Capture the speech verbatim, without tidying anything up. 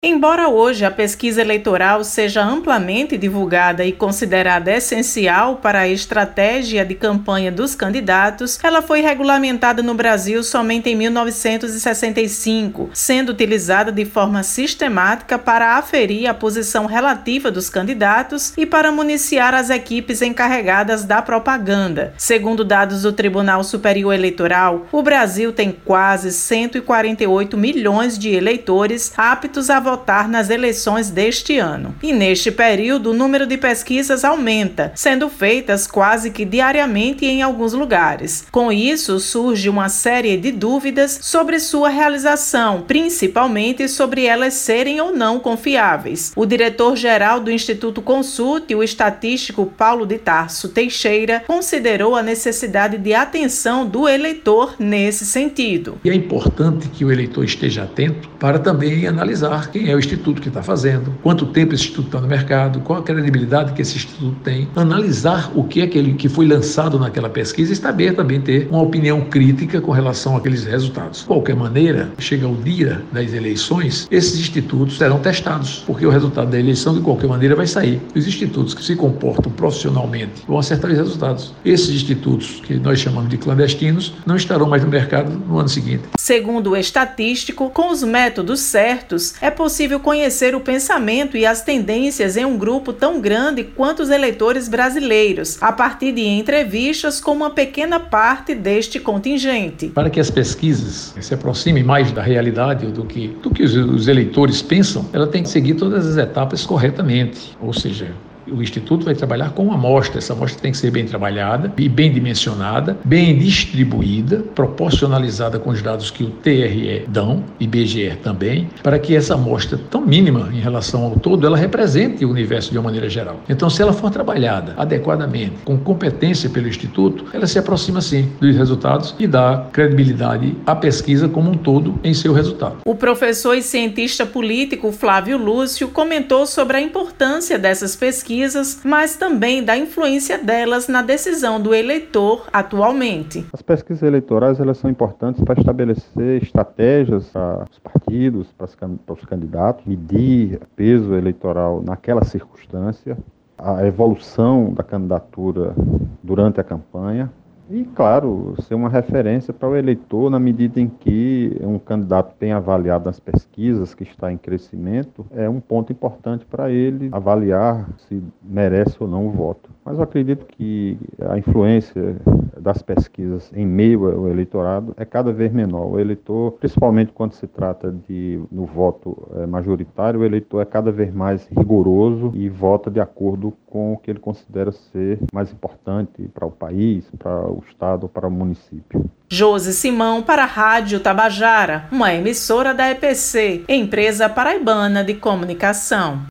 Embora hoje a pesquisa eleitoral seja amplamente divulgada e considerada essencial para a estratégia de campanha dos candidatos, ela foi regulamentada no Brasil somente em mil novecentos e sessenta e cinco, sendo utilizada de forma sistemática para aferir a posição relativa dos candidatos e para municiar as equipes encarregadas da propaganda. Segundo dados do Tribunal Superior Eleitoral, o Brasil tem quase cento e quarenta e oito milhões de eleitores aptos a votar nas eleições deste ano. E neste período, o número de pesquisas aumenta, sendo feitas quase que diariamente em alguns lugares. Com isso, surge uma série de dúvidas sobre sua realização, principalmente sobre elas serem ou não confiáveis. O diretor-geral do Instituto Consulte, o estatístico Paulo de Tarso Teixeira, considerou a necessidade de atenção do eleitor nesse sentido. E é importante que o eleitor esteja atento para também analisar quem é o instituto que está fazendo, quanto tempo esse instituto está no mercado, qual a credibilidade que esse instituto tem, analisar o que é aquele que foi lançado naquela pesquisa e saber também ter uma opinião crítica com relação àqueles resultados. De qualquer maneira, chega o dia das eleições, esses institutos serão testados, porque o resultado da eleição, de qualquer maneira, vai sair. Os institutos que se comportam profissionalmente vão acertar os resultados. Esses institutos, que nós chamamos de clandestinos, não estarão mais no mercado no ano seguinte. Segundo o estatístico, com os métodos certos, é possível conhecer o pensamento e as tendências em um grupo tão grande quanto os eleitores brasileiros, a partir de entrevistas com uma pequena parte deste contingente. Para que as pesquisas se aproximem mais da realidade do que, do que os, os eleitores pensam, ela tem que seguir todas as etapas corretamente, ou seja, o Instituto vai trabalhar com uma amostra. Essa amostra tem que ser bem trabalhada e bem dimensionada, bem distribuída, proporcionalizada com os dados que o T R E dão, e I B G E também, para que essa amostra tão mínima em relação ao todo, ela represente o universo de uma maneira geral. Então, se ela for trabalhada adequadamente, com competência pelo Instituto, ela se aproxima sim dos resultados e dá credibilidade à pesquisa como um todo em seu resultado. O professor e cientista político Flávio Lúcio comentou sobre a importância dessas pesquisas, mas também da influência delas na decisão do eleitor atualmente. As pesquisas eleitorais elas são importantes para estabelecer estratégias para os partidos, para os candidatos, medir o peso eleitoral naquela circunstância, a evolução da candidatura durante a campanha. E, claro, ser uma referência para o eleitor na medida em que um candidato bem avaliado nas pesquisas, que está em crescimento, é um ponto importante para ele avaliar se merece ou não o voto. Mas eu acredito que a influência das pesquisas em meio ao eleitorado é cada vez menor. O eleitor, principalmente quando se trata de no voto majoritário, o eleitor é cada vez mais rigoroso e vota de acordo com o que ele considera ser mais importante para o país, para o estado ou para o município. Josi Simão para a Rádio Tabajara, uma emissora da E P C, Empresa Paraibana de Comunicação.